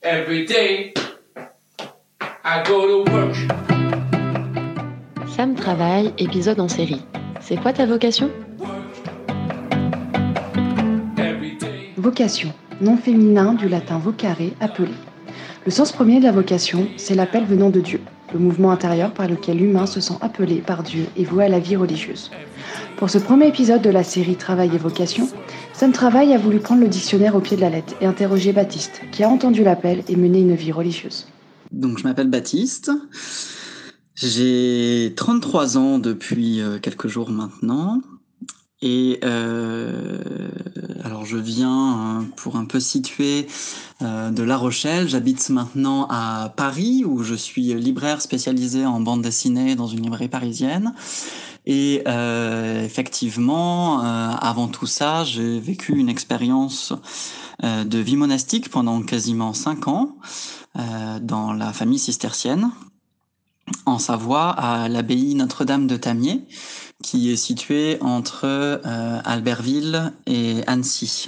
Every day, I go to work. Sam travaille, épisode en série. C'est quoi ta vocation ? Vocation, nom féminin du latin vocare, appeler. Le sens premier de la vocation, c'est l'appel venant de Dieu, le mouvement intérieur par lequel l'humain se sent appelé par Dieu et voué à la vie religieuse. Pour ce premier épisode de la série Travail et vocation, Sam Travail a voulu prendre le dictionnaire au pied de la lettre et interroger Baptiste, qui a entendu l'appel et mené une vie religieuse. Donc je m'appelle Baptiste, j'ai 33 ans depuis quelques jours maintenant. Et alors je viens pour un peu situer de La Rochelle. J'habite maintenant à Paris où je suis libraire spécialisé en bande dessinée dans une librairie parisienne. Et effectivement, avant tout ça, j'ai vécu une expérience de vie monastique pendant quasiment 5 ans dans la famille cistercienne en Savoie à l'abbaye Notre-Dame de Tamier, qui est située entre Albertville et Annecy.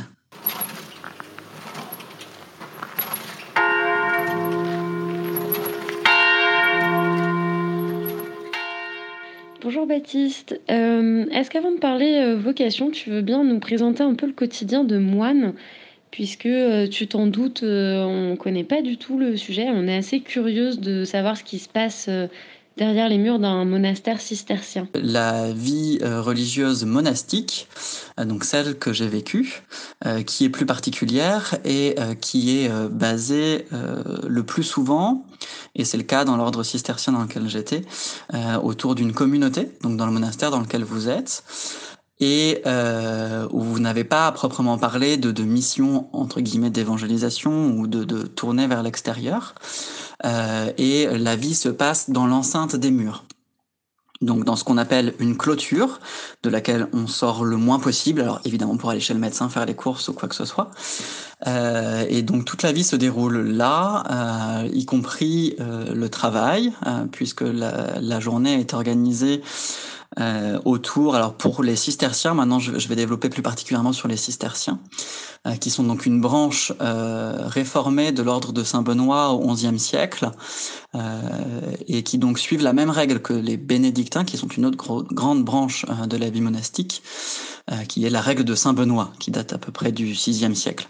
Bonjour Baptiste, est-ce qu'avant de parler vocation, tu veux bien nous présenter un peu le quotidien de moine ? Puisque tu t'en doutes, on ne connaît pas du tout le sujet, on est assez curieuse de savoir ce qui se passe derrière les murs d'un monastère cistercien. La vie religieuse monastique, donc celle que j'ai vécue, qui est plus particulière et qui est basée le plus souvent, et c'est le cas dans l'ordre cistercien dans lequel j'étais, autour d'une communauté, donc dans le monastère dans lequel vous êtes, et où vous n'avez pas à proprement parler de mission entre guillemets d'évangélisation ou de tourner vers l'extérieur, et la vie se passe dans l'enceinte des murs. Donc dans ce qu'on appelle une clôture, de laquelle on sort le moins possible, alors évidemment pour aller chez le médecin faire les courses ou quoi que ce soit. Et donc toute la vie se déroule là, y compris le travail, puisque la journée est organisée autour, alors pour les cisterciens, maintenant je vais développer plus particulièrement sur les cisterciens, qui sont donc une branche réformée de l'ordre de Saint-Benoît au XIe siècle, et qui donc suivent la même règle que les bénédictins, qui sont une autre grande branche de la vie monastique, qui est la règle de Saint-Benoît, qui date à peu près du VIe siècle.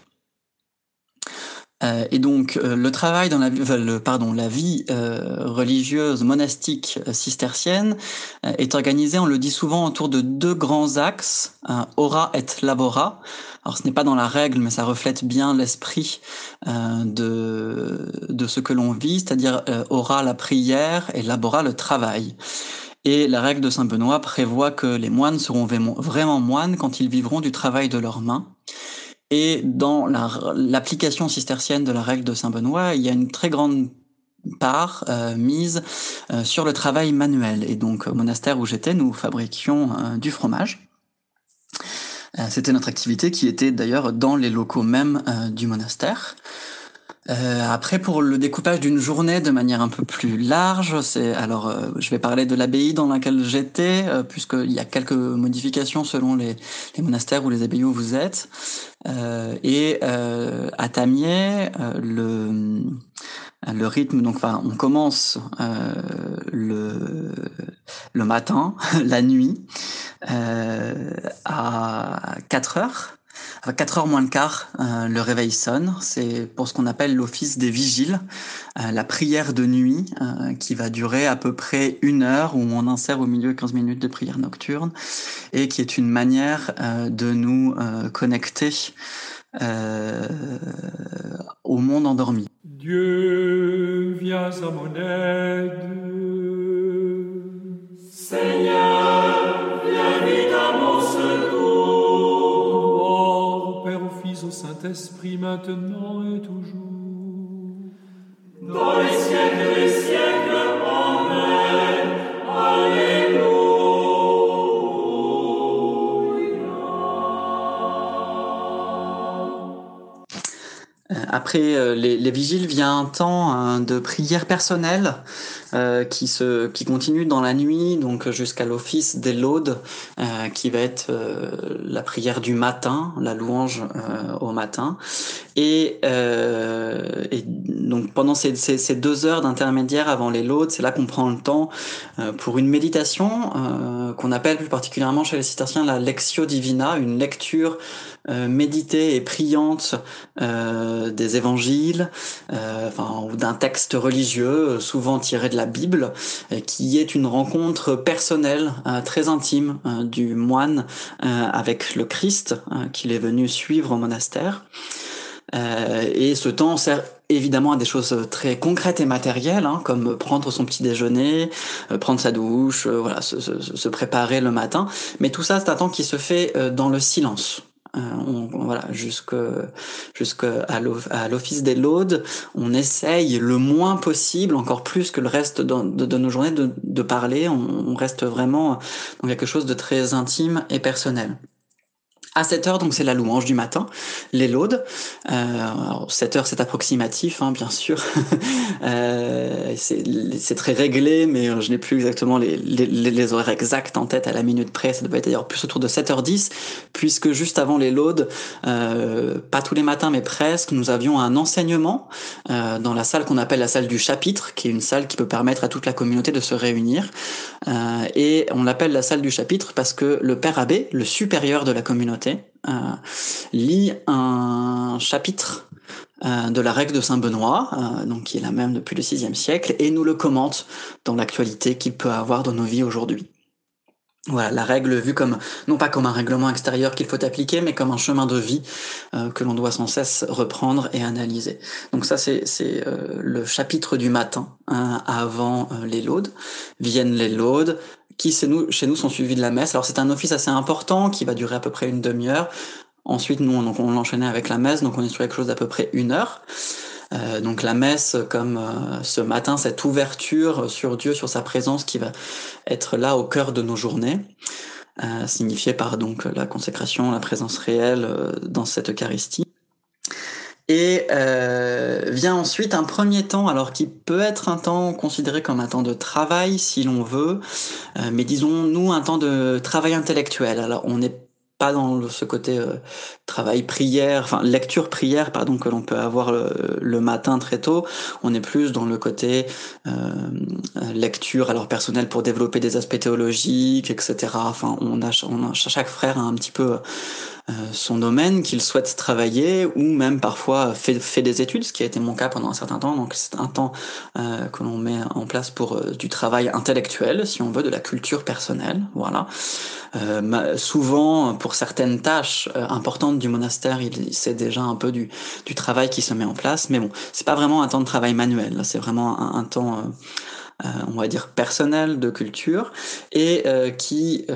Et donc le travail dans la vie religieuse monastique cistercienne est organisée, on le dit souvent, autour de 2 grands axes, ora et labora. Alors ce n'est pas dans la règle, mais ça reflète bien l'esprit de ce que l'on vit, c'est-à-dire ora la prière et labora le travail. Et la règle de Saint Benoît prévoit que les moines seront vraiment moines quand ils vivront du travail de leurs mains. Et dans l'application cistercienne de la règle de Saint-Benoît, il y a une très grande part mise sur le travail manuel. Et donc au monastère où j'étais, nous fabriquions du fromage. C'était notre activité qui était d'ailleurs dans les locaux même du monastère. Après, pour le découpage d'une journée de manière un peu plus large, je vais parler de l'abbaye dans laquelle j'étais, puisqu'il y a quelques modifications selon les monastères ou les abbayes où vous êtes. Et à Tamier, le rythme, donc on commence le matin, la nuit, à 4h. À 4h moins le quart, le réveil sonne. C'est pour ce qu'on appelle l'office des vigiles, la prière de nuit, qui va durer à peu près 1 heure, où on insère au milieu 15 minutes de prière nocturne, et qui est une manière de nous connecter au monde endormi. Dieu, viens à mon aide. Seigneur, viens vite à mon secours. Au Saint-Esprit, maintenant et toujours. Dans les siècles des siècles, Amen. Alléluia. Après les vigiles vient un temps de prière personnelle qui continue dans la nuit, donc jusqu'à l'office des laudes, qui va être la prière du matin, la louange au matin, et donc pendant ces 2 heures d'intermédiaire avant les laudes, c'est là qu'on prend le temps pour une méditation qu'on appelle plus particulièrement chez les cisterciens la Lectio Divina, une lecture méditée et priante des évangiles, ou d'un texte religieux, souvent tiré de la Bible, qui est une rencontre personnelle, très intime du moine avec le Christ qu'il est venu suivre au monastère. Et ce temps sert évidemment à des choses très concrètes et matérielles, comme prendre son petit déjeuner, prendre sa douche, se préparer le matin. Mais tout ça, c'est un temps qui se fait dans le silence. Jusqu'à l'office des laudes, on essaye le moins possible, encore plus que le reste de nos journées, de parler. On reste vraiment dans quelque chose de très intime et personnel. À 7h, donc c'est la louange du matin, les laudes. Alors 7h, c'est approximatif, bien sûr. C'est très réglé, mais je n'ai plus exactement les horaires exacts en tête à la minute près. Ça devait être d'ailleurs plus autour de 7h10, puisque juste avant les laudes, pas tous les matins, mais presque, nous avions un enseignement dans la salle qu'on appelle la salle du chapitre, qui est une salle qui peut permettre à toute la communauté de se réunir. Et on l'appelle la salle du chapitre parce que le père abbé, le supérieur de la communauté, lit un chapitre de la règle de Saint-Benoît, donc qui est la même depuis le VIe siècle, et nous le commente dans l'actualité qu'il peut avoir dans nos vies aujourd'hui. Voilà, la règle vue comme, non pas comme un règlement extérieur qu'il faut appliquer, mais comme un chemin de vie que l'on doit sans cesse reprendre et analyser. Donc ça, c'est le chapitre du matin, avant les laudes. Viennent les laudes, qui chez nous sont suivis de la messe. Alors c'est un office assez important qui va durer à peu près une demi-heure. Ensuite, nous, on l'enchaînait avec la messe, donc on est sur quelque chose d'à peu près 1 heure. Donc la messe, comme ce matin, cette ouverture sur Dieu, sur sa présence qui va être là au cœur de nos journées, signifiée par donc la consécration, la présence réelle dans cette Eucharistie. Et vient ensuite un premier temps, alors qui peut être un temps considéré comme un temps de travail si l'on veut, mais disons-nous un temps de travail intellectuel. Alors on n'est pas dans ce côté lecture-prière, que l'on peut avoir le matin très tôt. On est plus dans le côté lecture alors personnelle pour développer des aspects théologiques, etc. Chaque frère a un petit peu son domaine qu'il souhaite travailler, ou même parfois fait des études, ce qui a été mon cas pendant un certain temps. Donc c'est un temps que l'on met en place pour du travail intellectuel, si on veut, de la culture personnelle. Voilà. Souvent, pour certaines tâches importantes du monastère, c'est déjà un peu du travail qui se met en place, mais bon, c'est pas vraiment un temps de travail manuel. Là, c'est vraiment un temps on va dire personnel de culture, et qui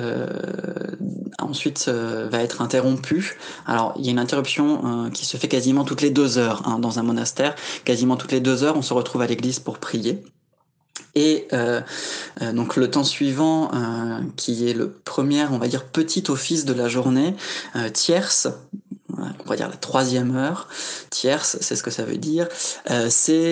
ensuite va être interrompu. Alors il y a une interruption qui se fait quasiment toutes les 2 heures dans un monastère. Quasiment toutes les 2 heures, on se retrouve à l'église pour prier. Et donc le temps suivant, qui est le premier, on va dire, petit office de la journée, tierce, on va dire la 3e heure, tierce, c'est ce que ça veut dire, c'est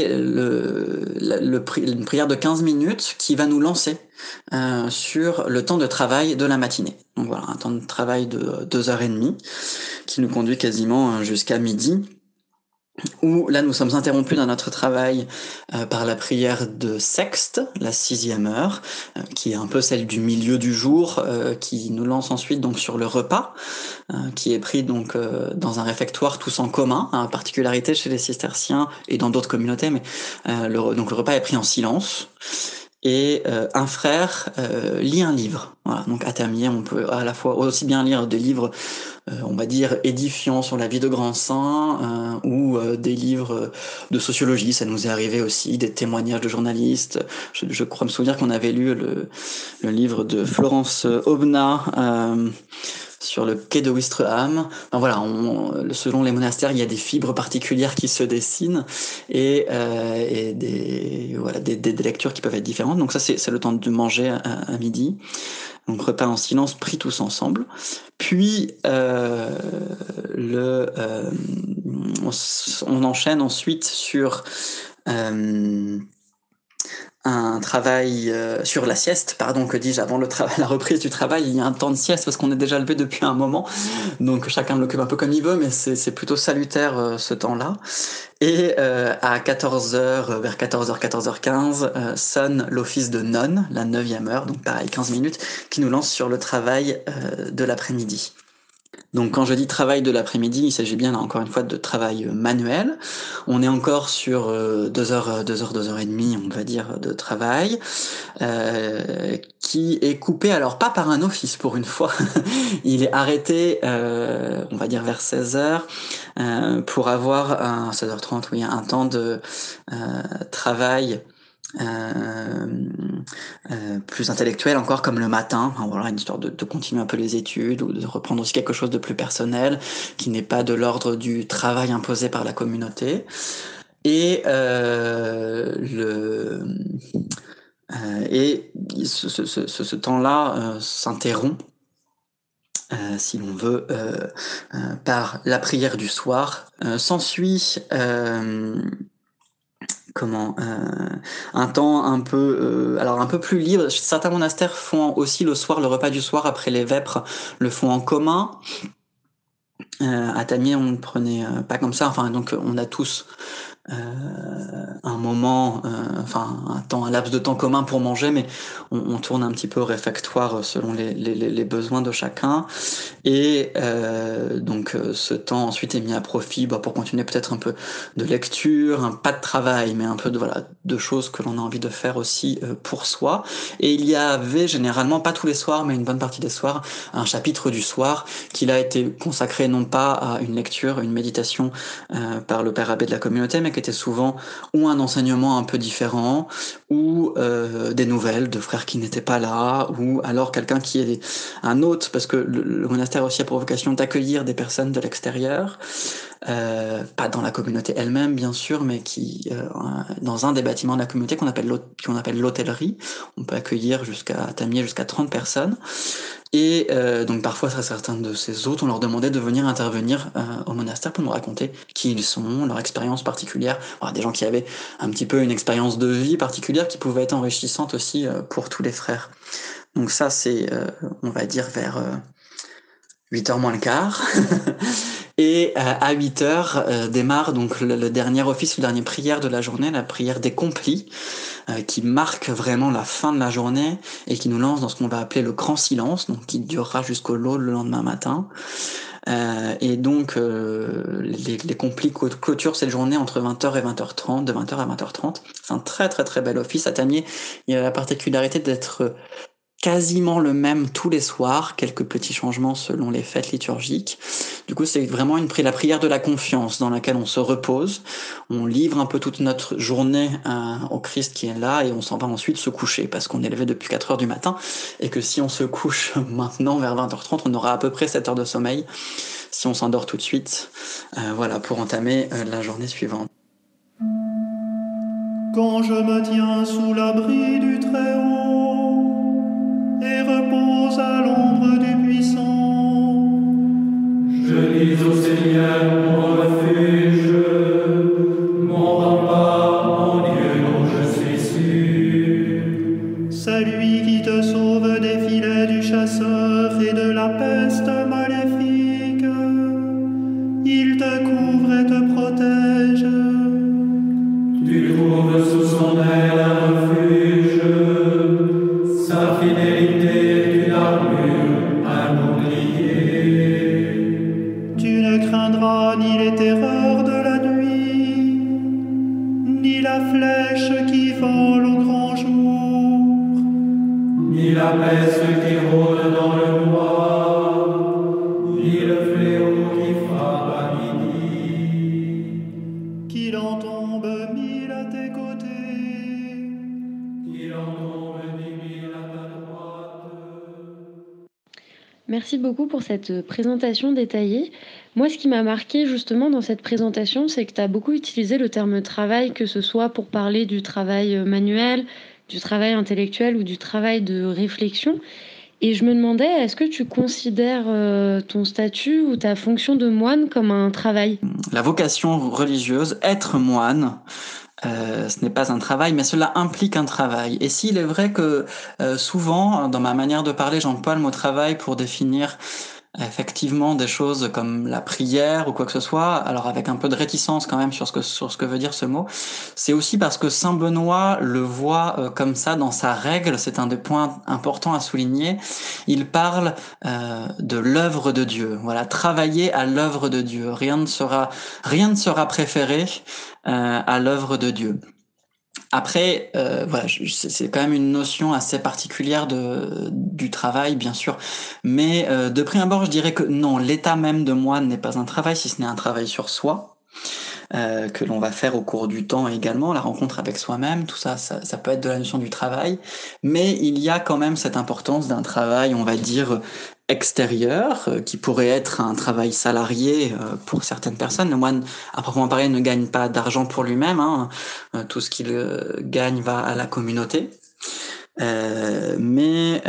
une prière de 15 minutes qui va nous lancer sur le temps de travail de la matinée. Donc voilà, un temps de travail de 2h30 qui nous conduit quasiment jusqu'à midi, où là nous sommes interrompus dans notre travail par la prière de sexte, la 6e heure, qui est un peu celle du milieu du jour, qui nous lance ensuite donc sur le repas, qui est pris donc dans un réfectoire tous en commun, particularité chez les cisterciens et dans d'autres communautés, mais le repas est pris en silence. Et un frère lit un livre. Voilà, donc à terminer, on peut à la fois aussi bien lire des livres, on va dire, édifiants sur la vie de grands saints, ou des livres de sociologie. Ça nous est arrivé aussi, des témoignages de journalistes. Je crois me souvenir qu'on avait lu le livre de Florence Aubenas, sur le quai de Ouistreham. Voilà, selon les monastères, il y a des fibres particulières qui se dessinent, et des lectures qui peuvent être différentes. Donc ça, c'est le temps de manger à midi. Donc repas en silence pris tous ensemble. Puis on enchaîne ensuite sur un travail sur la sieste, pardon, que dis-je, avant la reprise du travail, il y a un temps de sieste parce qu'on est déjà levé depuis un moment, donc chacun l'occupe un peu comme il veut, mais c'est plutôt salutaire ce temps-là. Et à 14h, vers 14h, 14h15, sonne l'office de nonne, la 9e heure, donc pareil, 15 minutes, qui nous lance sur le travail de l'après-midi. Donc quand je dis travail de l'après-midi, il s'agit bien là encore une fois de travail manuel. On est encore sur 2 heures, 2h30, on va dire, de travail, qui est coupé, alors pas par un office pour une fois, il est arrêté, on va dire vers 16h, pour avoir 16h30, oui, un temps de travail plus intellectuel encore, comme le matin, enfin, voilà, une histoire de continuer un peu les études ou de reprendre aussi quelque chose de plus personnel qui n'est pas de l'ordre du travail imposé par la communauté. Et ce temps-là s'interrompt, si l'on veut, par la prière du soir. S'ensuit un temps un peu alors un peu plus libre. Certains monastères font aussi le soir, le repas du soir après les vêpres, le font en commun. À Tamier, on ne prenait pas comme ça. Enfin, donc on a tous un moment, un laps de temps commun pour manger, mais on tourne un petit peu au réfectoire selon les besoins de chacun. Et donc ce temps ensuite est mis à profit pour continuer peut-être un peu de lecture, pas de travail, mais un peu de choses que l'on a envie de faire aussi pour soi. Et il y avait généralement, pas tous les soirs, mais une bonne partie des soirs, un chapitre du soir qui a été consacré non pas à une lecture, une méditation par le père abbé de la communauté, mais qui était souvent ou un enseignement un peu différent, ou des nouvelles de frères qui n'étaient pas là, ou alors quelqu'un qui est un hôte, parce que le monastère aussi a pour vocation d'accueillir des personnes de l'extérieur, pas dans la communauté elle-même bien sûr, mais qui dans un des bâtiments de la communauté qu'on appelle l'hôtellerie. On peut accueillir jusqu'à 30 personnes. Et donc parfois certains de ces hôtes, on leur demandait de venir intervenir au monastère pour nous raconter qui ils sont, leur expérience particulière. Voilà, des gens qui avaient un petit peu une expérience de vie particulière qui pouvait être enrichissante aussi pour tous les frères. Donc ça c'est, on va dire vers 8h moins le quart. Et à 8h démarre donc le dernier office, le dernier prière de la journée, la prière des complis, qui marque vraiment la fin de la journée et qui nous lance dans ce qu'on va appeler le grand silence, donc qui durera jusqu'au lot le lendemain matin. Et donc les complis clôturent cette journée entre 20h et 20h30, de 20h à 20h30. C'est un très très très bel office. À Tamier, il y a la particularité d'être quasiment le même tous les soirs, quelques petits changements selon les fêtes liturgiques. Du coup, c'est vraiment la prière de la confiance dans laquelle on se repose, on livre un peu toute notre journée au Christ qui est là et on s'en va ensuite se coucher parce qu'on est levé depuis 4h du matin et que si on se couche maintenant vers 20h30, on aura à peu près 7 heures de sommeil si on s'endort tout de suite, pour entamer la journée suivante. Quand je me tiens sous l'abri du Très-Haut et repose à l'ombre du Puissant, je dis au Seigneur mon refuge, mon rempart, mon Dieu dont je suis sûr. C'est lui qui te sauve des filets du chasseur et de la peste maléfique. Il te couvre et te protège. Tu trouves sous son aile un refuge, sa fidélité est une armure, un bouclier. Tu ne craindras ni les terreurs de la nuit, ni la flèche qui vole au grand jour, ni la peste qui rôde dans le noir, ni le fléau qui frappe à midi. Qu'il en tombe mille à tes côtés, qu'il en tombe 10 000 à ta droite. Merci beaucoup pour cette présentation détaillée. Moi, ce qui m'a marqué justement dans cette présentation, c'est que tu as beaucoup utilisé le terme travail, que ce soit pour parler du travail manuel, du travail intellectuel ou du travail de réflexion. Et je me demandais, est-ce que tu considères ton statut ou ta fonction de moine comme un travail ? La vocation religieuse, être moine, Ce n'est pas un travail, mais cela implique un travail. Et s'il est vrai que souvent, dans ma manière de parler, j'emploie le mot travail pour définir effectivement des choses comme la prière ou quoi que ce soit, alors avec un peu de réticence quand même sur ce que veut dire ce mot, c'est aussi parce que Saint Benoît le voit comme ça dans sa règle, c'est un des points importants à souligner, il parle de l'œuvre de Dieu, voilà, travailler à l'œuvre de Dieu, rien ne sera préféré à l'œuvre de Dieu. Après, voilà, c'est quand même une notion assez particulière du travail, bien sûr. Mais de prime abord, je dirais que non, l'état même de moine n'est pas un travail, si ce n'est un travail sur soi, que l'on va faire au cours du temps également, la rencontre avec soi-même, tout ça, ça peut être de la notion du travail. Mais il y a quand même cette importance d'un travail, on va dire, extérieur, qui pourrait être un travail salarié pour certaines personnes. Le moine, à proprement parler, ne gagne pas d'argent pour lui-même, hein. Tout ce qu'il gagne va à la communauté. Mais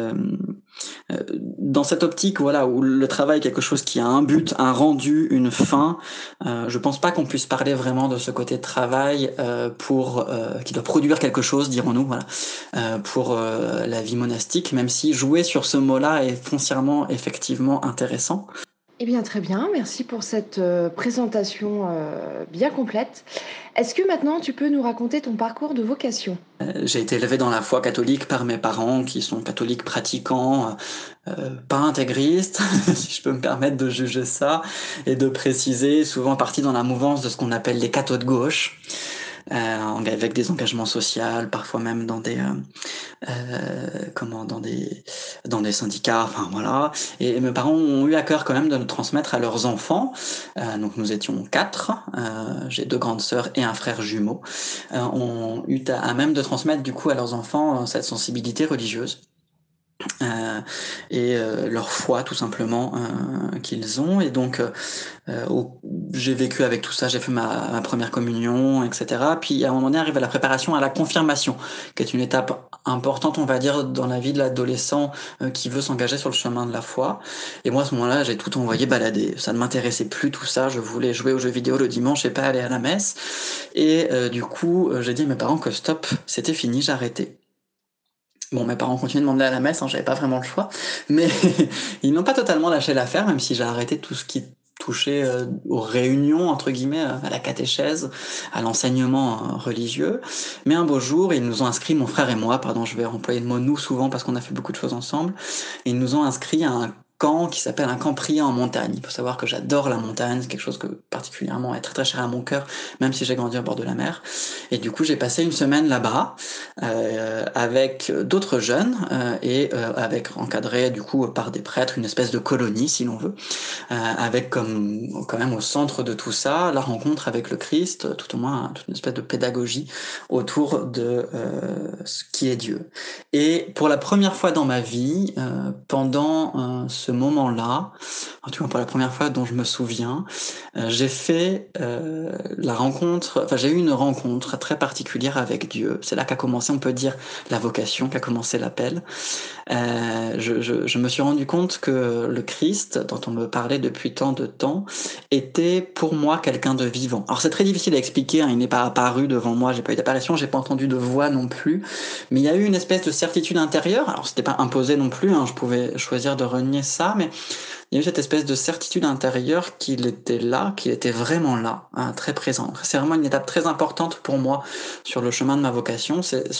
dans cette optique, voilà, où le travail est quelque chose qui a un but, un rendu, une fin, je pense pas qu'on puisse parler vraiment de ce côté de travail qui doit produire quelque chose, dirons-nous, voilà, pour la vie monastique, même si jouer sur ce mot-là est foncièrement effectivement intéressant. Eh bien, très bien. Merci pour cette présentation bien complète. Est-ce que maintenant tu peux nous raconter ton parcours de vocation ? J'ai été élevé dans la foi catholique par mes parents qui sont catholiques pratiquants, pas intégristes, si je peux me permettre de juger ça, et de préciser, souvent partis dans la mouvance de ce qu'on appelle les cathos de gauche, avec des engagements sociaux, parfois même dans des dans des syndicats, enfin voilà. Et mes parents ont eu à cœur quand même de nous transmettre à leurs enfants. Donc nous étions 4, j'ai 2 grandes sœurs et un frère jumeau. Ont eu à même de transmettre du coup à leurs enfants cette sensibilité religieuse. Et leur foi tout simplement qu'ils ont, et donc j'ai vécu avec tout ça, j'ai fait ma première communion, etc. Puis à un moment donné arrive la préparation à la confirmation, qui est une étape importante, on va dire, dans la vie de l'adolescent qui veut s'engager sur le chemin de la foi. Et moi à ce moment-là j'ai tout envoyé balader, ça ne m'intéressait plus tout ça, je voulais jouer aux jeux vidéo le dimanche et pas aller à la messe. Et du coup j'ai dit à mes parents que stop, c'était fini, j'arrêtais. Bon, mes parents continuaient de m'emmener à la messe, hein, j'avais pas vraiment le choix, mais ils n'ont pas totalement lâché l'affaire, même si j'ai arrêté tout ce qui touchait aux réunions, entre guillemets, à la catéchèse, à l'enseignement religieux. Mais un beau jour, ils nous ont inscrits, mon frère et moi, pardon, je vais employer le mot « nous » souvent parce qu'on a fait beaucoup de choses ensemble, ils nous ont inscrits à un camp qui s'appelle un camp prié en montagne. Il faut savoir que j'adore la montagne, c'est quelque chose que particulièrement est très très cher à mon cœur, même si j'ai grandi au bord de la mer. Et du coup, j'ai passé une semaine là-bas avec d'autres jeunes et avec encadré du coup par des prêtres, une espèce de colonie si l'on veut, avec comme quand même au centre de tout ça la rencontre avec le Christ, tout au moins toute une espèce de pédagogie autour de ce qui est Dieu. Et pour la première fois dans ma vie, pendant ce moment-là, en tout cas pour la première fois dont je me souviens, j'ai fait la rencontre, enfin j'ai eu une rencontre très particulière avec Dieu. C'est là qu'a commencé, on peut dire, la vocation, qu'a commencé l'appel. Je me suis rendu compte que le Christ, dont on me parlait depuis tant de temps, était pour moi quelqu'un de vivant. Alors c'est très difficile à expliquer, hein, il n'est pas apparu devant moi, j'ai pas eu d'apparition, j'ai pas entendu de voix non plus, mais il y a eu une espèce de certitude intérieure. Alors c'était pas imposé non plus, hein, je pouvais choisir de renier ça, mais il y a eu cette espèce de certitude intérieure qu'il était là, qu'il était vraiment là, hein, très présent. C'est vraiment une étape très importante pour moi sur le chemin de ma vocation, c'est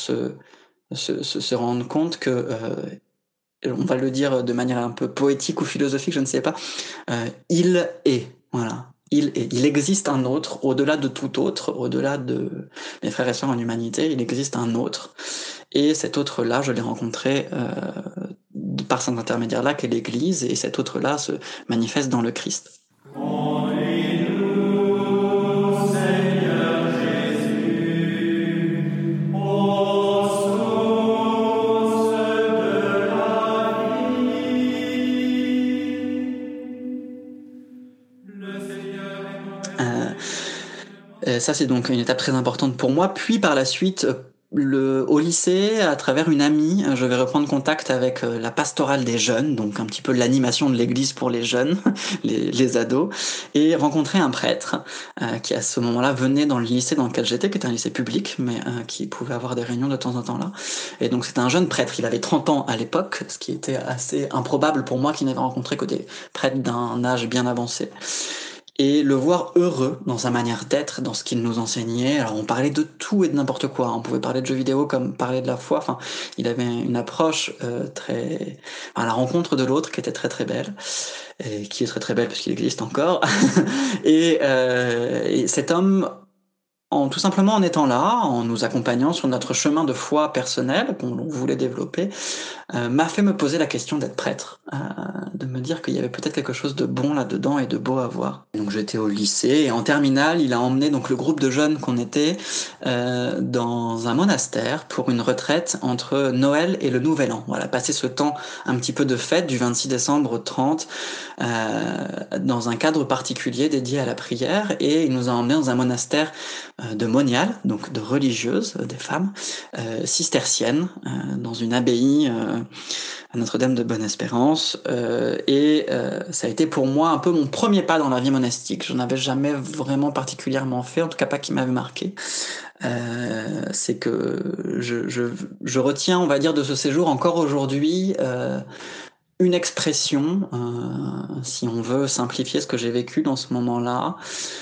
se rendre compte que, on va le dire de manière un peu poétique ou philosophique, je ne sais pas, il est, voilà. Il existe un autre, au-delà de tout autre, au-delà de mes frères et sœurs en humanité, il existe un autre. Et cet autre-là, je l'ai rencontré par cet intermédiaire-là qu'est l'Église, et cet autre-là se manifeste dans le Christ. Ça, c'est donc une étape très importante pour moi. Puis par la suite, Au lycée, à travers une amie, je vais reprendre contact avec la pastorale des jeunes, donc un petit peu l'animation de l'église pour les jeunes, les ados, et rencontrer un prêtre qui à ce moment-là venait dans le lycée dans lequel j'étais, qui était un lycée public, mais qui pouvait avoir des réunions de temps en temps là. Et donc c'était un jeune prêtre, il avait 30 ans à l'époque, ce qui était assez improbable pour moi qui n'avais rencontré que des prêtres d'un âge bien avancé. Et le voir heureux dans sa manière d'être, dans ce qu'il nous enseignait. Alors on parlait de tout et de n'importe quoi. On pouvait parler de jeux vidéo comme parler de la foi. Enfin, il avait une approche très à la rencontre de l'autre qui était très très belle, et qui est très très belle parce qu'il existe encore. Et cet homme, tout simplement en étant là, en nous accompagnant sur notre chemin de foi personnel qu'on voulait développer, m'a fait me poser la question d'être prêtre, de me dire qu'il y avait peut-être quelque chose de bon là-dedans et de beau à voir. Donc j'étais au lycée et en terminale, il a emmené donc le groupe de jeunes qu'on était dans un monastère pour une retraite entre Noël et le Nouvel An. Voilà, passer ce temps un petit peu de fête du 26 décembre au 30 dans un cadre particulier dédié à la prière, et il nous a emmenés dans un monastère de moniales, donc de religieuses, des femmes cisterciennes, dans une abbaye à Notre-Dame de Bonne-Espérance, et ça a été pour moi un peu mon premier pas dans la vie monastique. Je n'en avais jamais vraiment particulièrement fait, en tout cas pas qui m'avait marqué. C'est que je retiens, on va dire, de ce séjour encore aujourd'hui une expression, si on veut simplifier ce que j'ai vécu dans ce moment-là,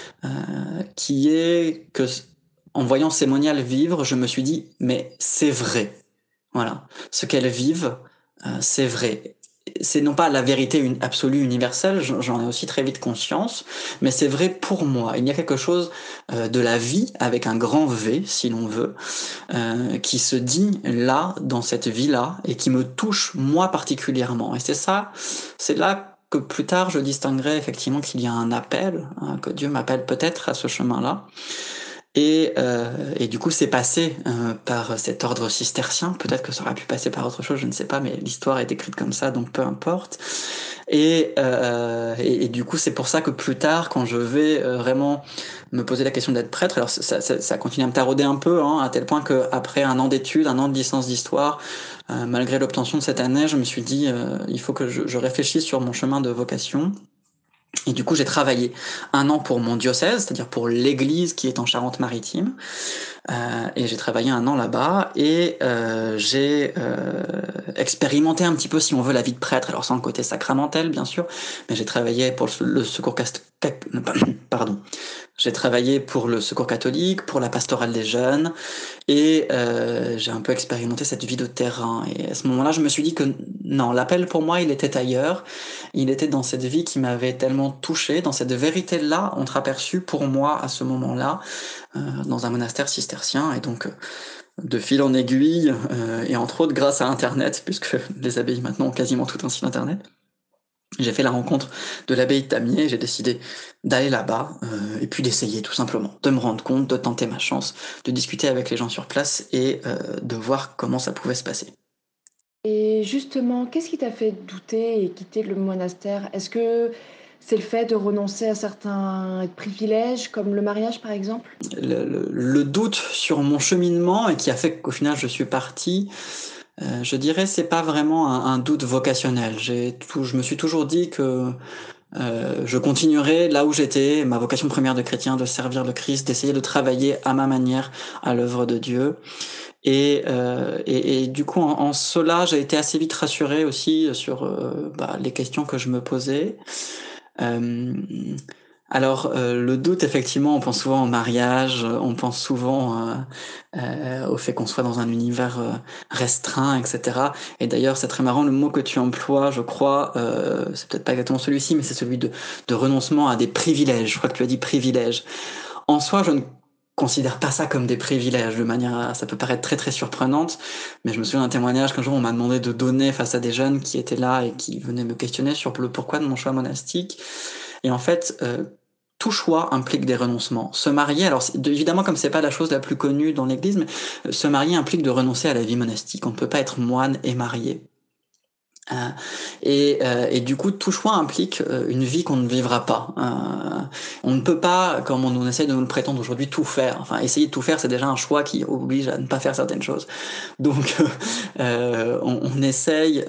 qui est que, en voyant ces moniales vivre, je me suis dit, mais c'est vrai. Voilà. Ce qu'elles vivent, c'est vrai. C'est non pas la vérité absolue universelle, j'en ai aussi très vite conscience, mais c'est vrai pour moi. Il y a quelque chose de la vie, avec un grand V, si l'on veut, qui se dit là, dans cette vie-là, et qui me touche moi particulièrement. Et c'est là que plus tard je distinguerai effectivement qu'il y a un appel, que Dieu m'appelle peut-être à ce chemin-là. Et du coup, c'est passé par cet ordre cistercien. Peut-être que ça aurait pu passer par autre chose, je ne sais pas, mais l'histoire est écrite comme ça, donc peu importe. Et du coup, c'est pour ça que plus tard, quand je vais vraiment me poser la question d'être prêtre, alors ça continue à me tarauder un peu, à tel point qu'après un an d'études, un an de licence d'histoire, malgré l'obtention de cette année, je me suis dit, il faut que je réfléchisse sur mon chemin de vocation. Et du coup, j'ai travaillé 1 an pour mon diocèse, c'est-à-dire pour l'église qui est en Charente-Maritime. Et j'ai travaillé 1 an là-bas, et j'ai expérimenté un petit peu, si on veut, la vie de prêtre. Alors sans le côté sacramentel, bien sûr, mais j'ai travaillé pour le secours J'ai travaillé pour le secours catholique, pour la pastorale des jeunes, et j'ai un peu expérimenté cette vie de terrain. Et à ce moment-là, je me suis dit que non, l'appel pour moi, il était ailleurs. Il était dans cette vie qui m'avait tellement touché, dans cette vérité-là, entreaperçue pour moi à ce moment-là, dans un monastère cistercien. Et donc, de fil en aiguille, et entre autres grâce à Internet, puisque les abbayes maintenant ont quasiment tout un site Internet, j'ai fait la rencontre de l'abbaye de Tamier, et j'ai décidé d'aller là-bas, et puis d'essayer tout simplement, de me rendre compte, de tenter ma chance, de discuter avec les gens sur place, et de voir comment ça pouvait se passer. Et justement, qu'est-ce qui t'a fait douter et quitter le monastère ? Est-ce que c'est le fait de renoncer à certains privilèges, comme le mariage par exemple ? Le doute sur mon cheminement, et qui a fait qu'au final je suis parti, je dirais c'est pas vraiment un doute vocationnel. Je me suis toujours dit que je continuerai là où j'étais, ma vocation première de chrétien, de servir le Christ, d'essayer de travailler à ma manière à l'œuvre de Dieu. Et du coup, en cela, j'ai été assez vite rassuré aussi sur les questions que je me posais. Alors, le doute, effectivement, on pense souvent au mariage, on pense souvent au fait qu'on soit dans un univers restreint, etc. Et d'ailleurs, c'est très marrant, le mot que tu emploies, je crois, c'est peut-être pas exactement celui-ci, mais c'est celui de renoncement à des privilèges. Je crois que tu as dit privilèges. En soi, je ne considère pas ça comme des privilèges, de manière, ça peut paraître très très surprenante, mais je me souviens d'un témoignage qu'un jour on m'a demandé de donner face à des jeunes qui étaient là et qui venaient me questionner sur le pourquoi de mon choix monastique. Et en fait, tout choix implique des renoncements. Se marier, alors évidemment comme c'est pas la chose la plus connue dans l'église, mais se marier implique de renoncer à la vie monastique. On ne peut pas être moine et marié. Et du coup, tout choix implique une vie qu'on ne vivra pas. On ne peut pas, comme on essaie de nous le prétendre aujourd'hui, tout faire. Enfin, essayer de tout faire, c'est déjà un choix qui oblige à ne pas faire certaines choses. Donc, on essaye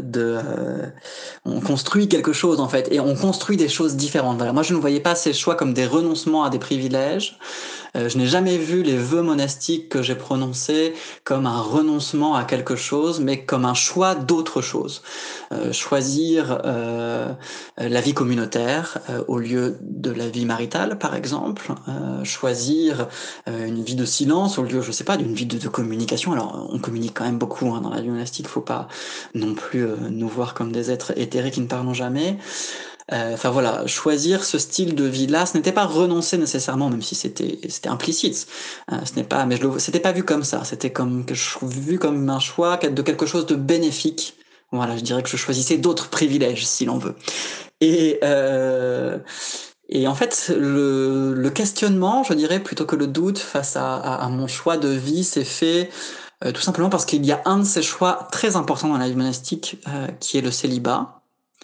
on construit quelque chose en fait, et on construit des choses différentes. Voilà. Moi, je ne voyais pas ces choix comme des renoncements à des privilèges. Je n'ai jamais vu les vœux monastiques que j'ai prononcés comme un renoncement à quelque chose, mais comme un choix d'autre chose. Choisir la vie communautaire au lieu de la vie maritale, par exemple. Choisir une vie de silence au lieu, je sais pas, d'une vie de communication. Alors, on communique quand même beaucoup dans la vie monastique. Faut pas non plus nous voir comme des êtres éthérés qui ne parlons jamais. Enfin voilà, choisir ce style de vie-là, ce n'était pas renoncer nécessairement, même si c'était implicite. C'était pas vu comme ça. C'était vu comme un choix de quelque chose de bénéfique. Voilà, je dirais que je choisissais d'autres privilèges, si l'on veut. Et en fait, le questionnement, je dirais, plutôt que le doute face à mon choix de vie, s'est fait tout simplement parce qu'il y a un de ces choix très importants dans la vie monastique, qui est le célibat.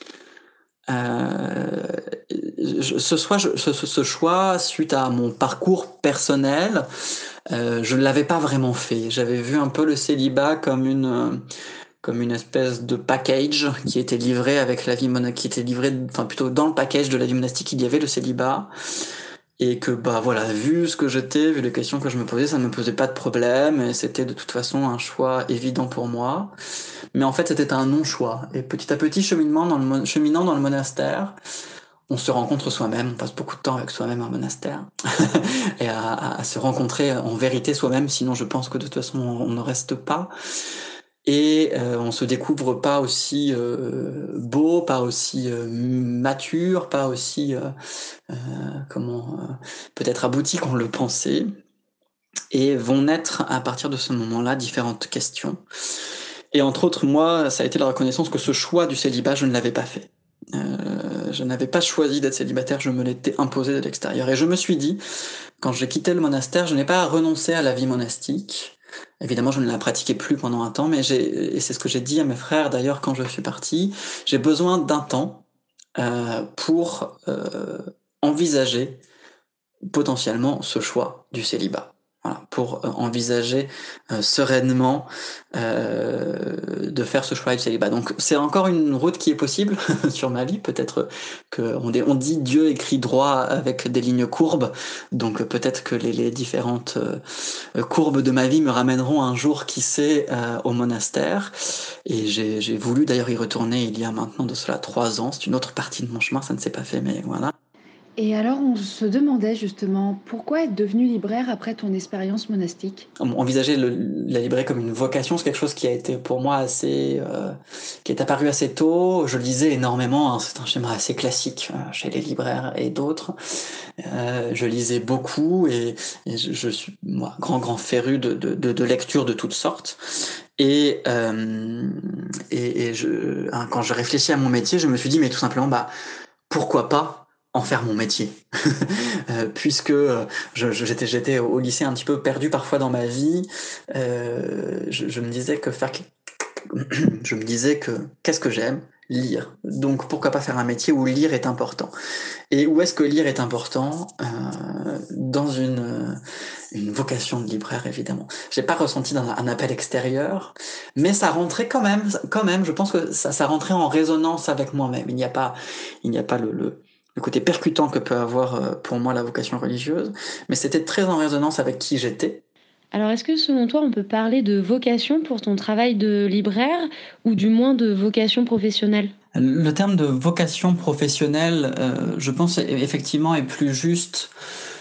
Ce choix, suite à mon parcours personnel, je ne l'avais pas vraiment fait. J'avais vu un peu le célibat comme une espèce de package qui était livré avec la vie monastique, enfin plutôt dans le package de la vie monastique, il y avait le célibat. Et que voilà, vu ce que j'étais, vu les questions que je me posais, ça ne me posait pas de problème, et c'était de toute façon un choix évident pour moi. Mais en fait, c'était un non-choix. Et petit à petit, cheminant dans le monastère, on se rencontre soi-même, on passe beaucoup de temps avec soi-même en monastère, et à se rencontrer en vérité soi-même, sinon je pense que de toute façon on ne reste pas. Et on se découvre pas aussi beau, pas aussi mature, pas aussi peut-être abouti qu'on le pensait. Et vont naître à partir de ce moment-là différentes questions. Et entre autres, moi, ça a été la reconnaissance que ce choix du célibat, je ne l'avais pas fait. Je n'avais pas choisi d'être célibataire, je me l'étais imposé de l'extérieur. Et je me suis dit, quand j'ai quitté le monastère, je n'ai pas renoncé à la vie monastique. Évidemment, je ne la pratiquais plus pendant un temps, mais et c'est ce que j'ai dit à mes frères d'ailleurs quand je suis parti, j'ai besoin d'un temps pour envisager potentiellement ce choix du célibat. Voilà, pour envisager sereinement de faire ce choix du célibat. Donc c'est encore une route qui est possible sur ma vie. Peut-être on dit Dieu écrit droit avec des lignes courbes, donc peut-être que les différentes courbes de ma vie me ramèneront un jour, qui sait, au monastère. Et j'ai voulu d'ailleurs y retourner il y a maintenant de cela 3 ans. C'est une autre partie de mon chemin, ça ne s'est pas fait, mais voilà. Et alors, on se demandait justement, pourquoi être devenu libraire après ton expérience monastique ? Envisager la librairie comme une vocation, c'est quelque chose qui a été pour moi qui est apparu assez tôt. Je lisais énormément, c'est un schéma assez classique chez les libraires et d'autres. Je lisais beaucoup et je suis moi grand féru de lectures de toutes sortes. Et quand je réfléchis à mon métier, je me suis dit, mais tout simplement, pourquoi pas en faire mon métier, puisque j'étais au lycée un petit peu perdu parfois dans ma vie. Je me disais qu'est-ce que j'aime ? Lire. Donc pourquoi pas faire un métier où lire est important. Et où est-ce que lire est important ? Dans une vocation de libraire, évidemment. J'ai pas ressenti un appel extérieur, mais ça rentrait quand même, je pense que ça rentrait en résonance avec moi-même. Il n'y a pas le côté percutant que peut avoir pour moi la vocation religieuse, mais c'était très en résonance avec qui j'étais. Alors, est-ce que selon toi, on peut parler de vocation pour ton travail de libraire, ou du moins de vocation professionnelle ? Le terme de vocation professionnelle, je pense effectivement est plus juste.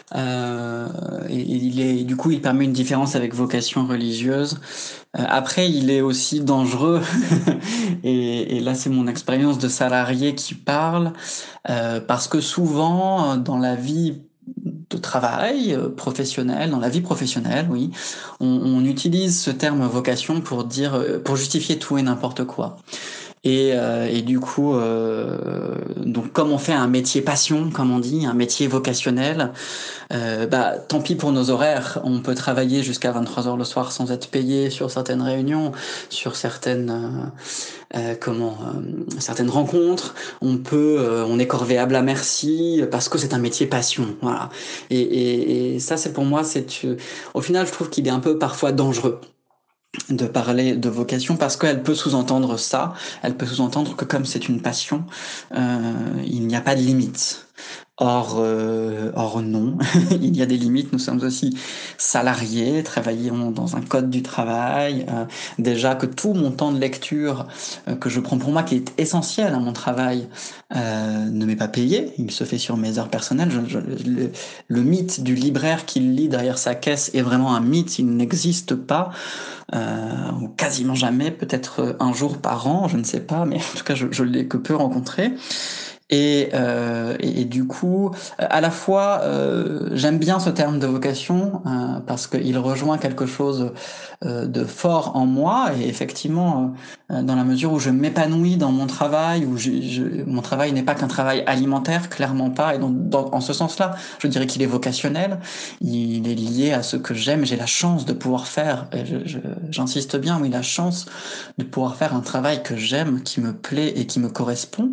Du coup, il permet une différence avec vocation religieuse. Après, il est aussi dangereux, et là, c'est mon expérience de salarié qui parle, parce que souvent, dans la vie de travail professionnel, dans la vie professionnelle, oui, on utilise ce terme vocation pour justifier tout et n'importe quoi. Et du coup, donc comme on fait un métier passion, comme on dit, un métier vocationnel, tant pis pour nos horaires. On peut travailler jusqu'à 23h le soir sans être payé sur certaines réunions, sur certaines certaines rencontres. On est corvéable à merci parce que c'est un métier passion. Voilà. Et ça, c'est pour moi, au final, je trouve qu'il est un peu parfois dangereux de parler de vocation parce qu'elle peut sous-entendre ça. Elle peut sous-entendre que comme c'est une passion, il n'y a pas de limite. Or non, il y a des limites. Nous sommes aussi salariés, travaillons dans un code du travail. Déjà que tout mon temps de lecture que je prends pour moi, qui est essentiel à mon travail, ne m'est pas payé. Il se fait sur mes heures personnelles. Le mythe du libraire qui lit derrière sa caisse est vraiment un mythe. Il n'existe pas. Ou quasiment jamais, peut-être un jour par an, je ne sais pas, mais en tout cas je l'ai que peu rencontré. Et du coup, à la fois, j'aime bien ce terme de vocation parce qu'il rejoint quelque chose de fort en moi. Et effectivement, dans la mesure où je m'épanouis dans mon travail, où mon travail n'est pas qu'un travail alimentaire, clairement pas. Et donc, en ce sens-là, je dirais qu'il est vocationnel. Il est lié à ce que j'aime. J'ai la chance de pouvoir faire. Et j'insiste bien, oui, la chance de pouvoir faire un travail que j'aime, qui me plaît et qui me correspond.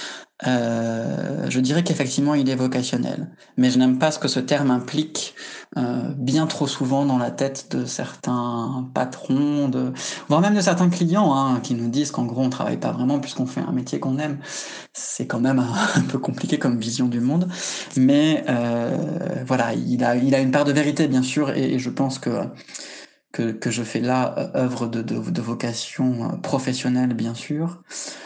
Je dirais qu'effectivement il est vocationnel, mais je n'aime pas ce que ce terme implique bien trop souvent dans la tête de certains patrons, voire même de certains clients qui nous disent qu'en gros on travaille pas vraiment puisqu'on fait un métier qu'on aime. C'est quand même un peu compliqué comme vision du monde, mais voilà, il a une part de vérité bien sûr, et je pense que je fais là œuvre de vocation professionnelle bien sûr.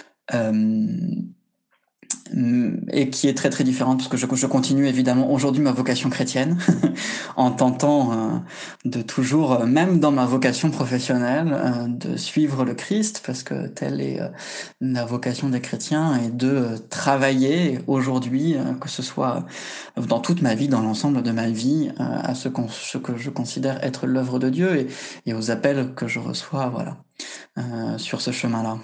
Et qui est très très différente parce que je continue évidemment aujourd'hui ma vocation chrétienne en tentant de toujours, même dans ma vocation professionnelle, de suivre le Christ, parce que telle est la vocation des chrétiens, et de travailler aujourd'hui, que ce soit dans toute ma vie, dans l'ensemble de ma vie, à ce que je considère être l'œuvre de Dieu, et aux appels que je reçois, voilà, sur ce chemin-là.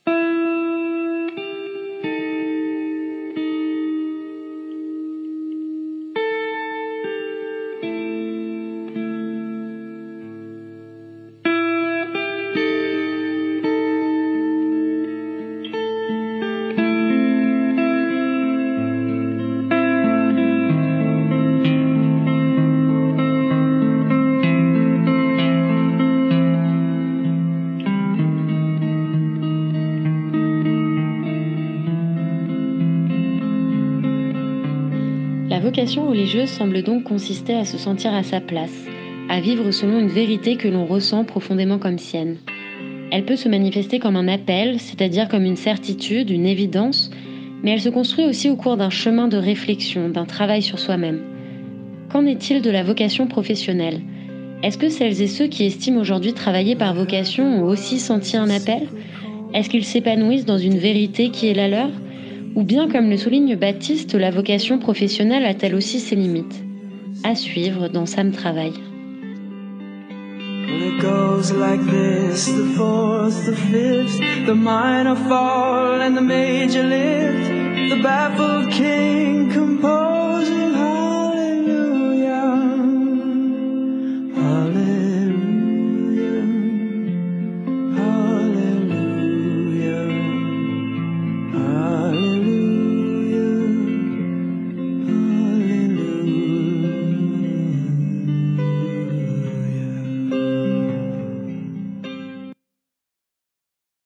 La vocation religieuse semble donc consister à se sentir à sa place, à vivre selon une vérité que l'on ressent profondément comme sienne. Elle peut se manifester comme un appel, c'est-à-dire comme une certitude, une évidence, mais elle se construit aussi au cours d'un chemin de réflexion, d'un travail sur soi-même. Qu'en est-il de la vocation professionnelle ? Est-ce que celles et ceux qui estiment aujourd'hui travailler par vocation ont aussi senti un appel ? Est-ce qu'ils s'épanouissent dans une vérité qui est la leur ? Ou bien, comme le souligne Baptiste, la vocation professionnelle a-t-elle aussi ses limites ? À suivre dans Sam Travail. Well, it goes like this, the fourth, the fifth, the minor fall and the major lift, the baffled king composed.